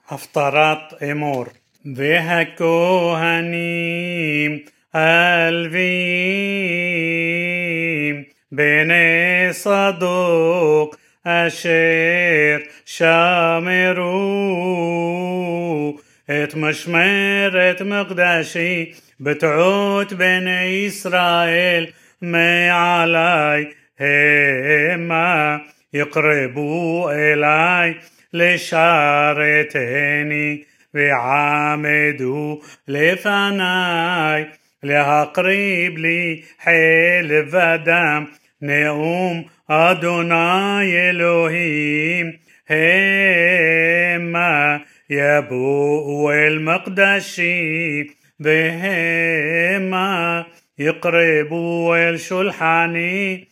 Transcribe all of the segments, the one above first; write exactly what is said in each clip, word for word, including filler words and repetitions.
הפטרת אמור. והכהנים הלוויים בני צדוק אשר שמרו את משמרת מקדשי בתעות בני ישראל מעלי, המה יקרבו אלי לשרתני ועמדו לפני להקריב לי חלב ודם, נאום אדוני אלוהים. המה יבואו אל מקדשי והמה יקרבו אל שולחני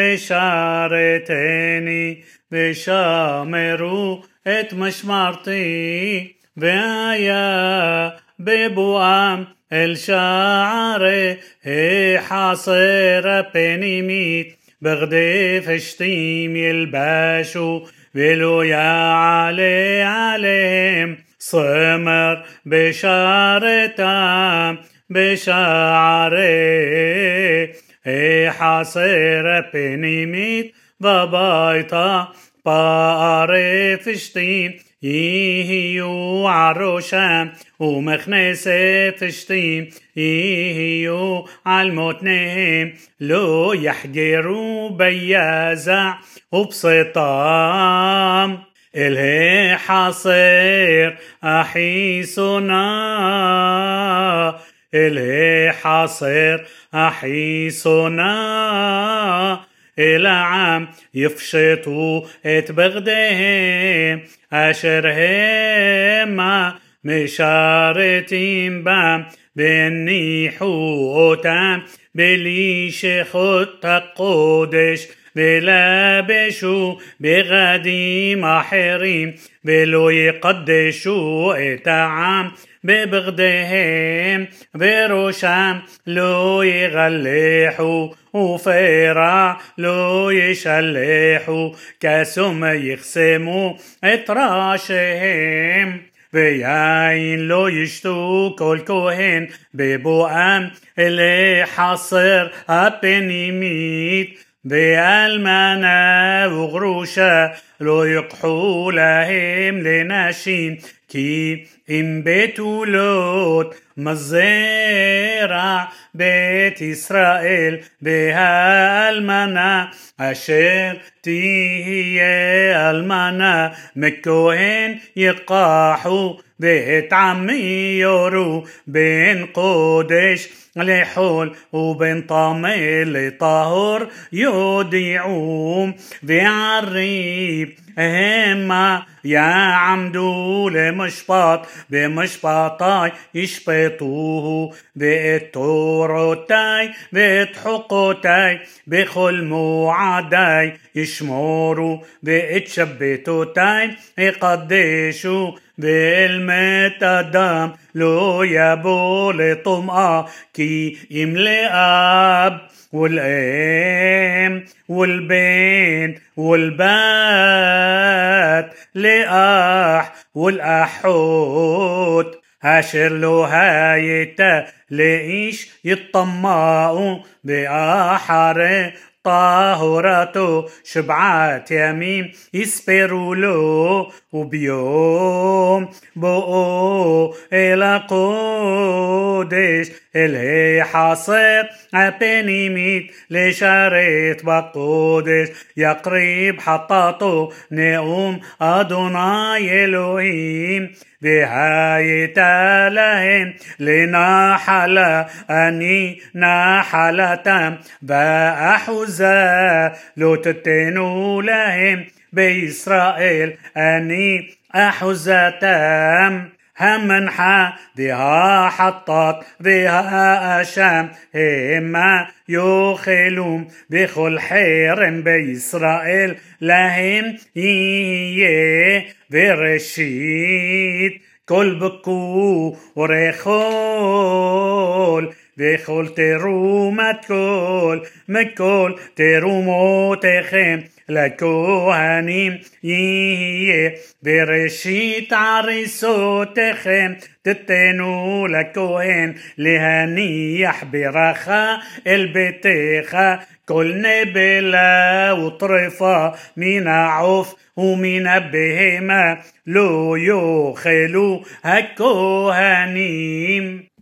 לשרתני ושמרו את משמרתי. והיה בבואם אל שערי החצר הפנימית בגדי פשתים ילבשו ולא יעלה עליהם צמר בשערתם בשערי החצר הפנימית בביתה פערי פשתים יהיו על ראשם ומכנסי פשתים יהיו על מותניהם, לא יחגרו ביזע ובסתם אל החצר החיצונה, אל החצר החיצונה אל העם יפשטו את בגדיהם אשר המה משרתים בם, והניחו אותם בלשכות הקודש ולבשו בגדים אחרים ולא יקדשו את העם בבגדיהם, וראשם לא יגלחו ופרע לא ישלחו, כסום יחסמו את ראשיהם. ויין לא ישתו כל כהן בבואם אל החצר הפנימית, ואלמנה וגרושה לא יקחו להם לנשים, כי אם בתולות מזרע בית ישראל והאלמנה אשר תהיה אלמנה מכהן יקחו ואת עמי יורו בין קודש לחול ובין טמא לטהור יודיעו, ועריב המה יעמדו למשפט במשפטי ישפטוהו, ואת תורותי ואת חוקותי בכל מועדי ישמורו, ואת שבתותי יקדשו, ואל מת אדם לא יבוא לטומאה, כי אם לאב والأم والبين والبات لأح والأحوت أشر له هايتا لإيش يطمعوا بأحر طاهرته شبعات يمين يسبروا له، وبيوم بقوا إلى قدش إلهي حصر הפנימית לשרת בקודש, יקריב חטאתו נאום אדוני אלוהים. והייתה להם לנחלה, אני נחלתם, ואחוזה לא תתנו להם בישראל, אני אחוזתם. המנחה והחטאת והאשם המה יאכלום, וכל חרם בישראל להם יהיה, וראשית כל בקור ורחול וכל תרומת כל מכל תרומותיכם לכהנים יהיה בראשית עריסותיכם, תתנו לכהן להניח ברכה אל ביתך, כל נבלה וטרפה מן העוף ומן הבהמה לא יאכלו הכהנים.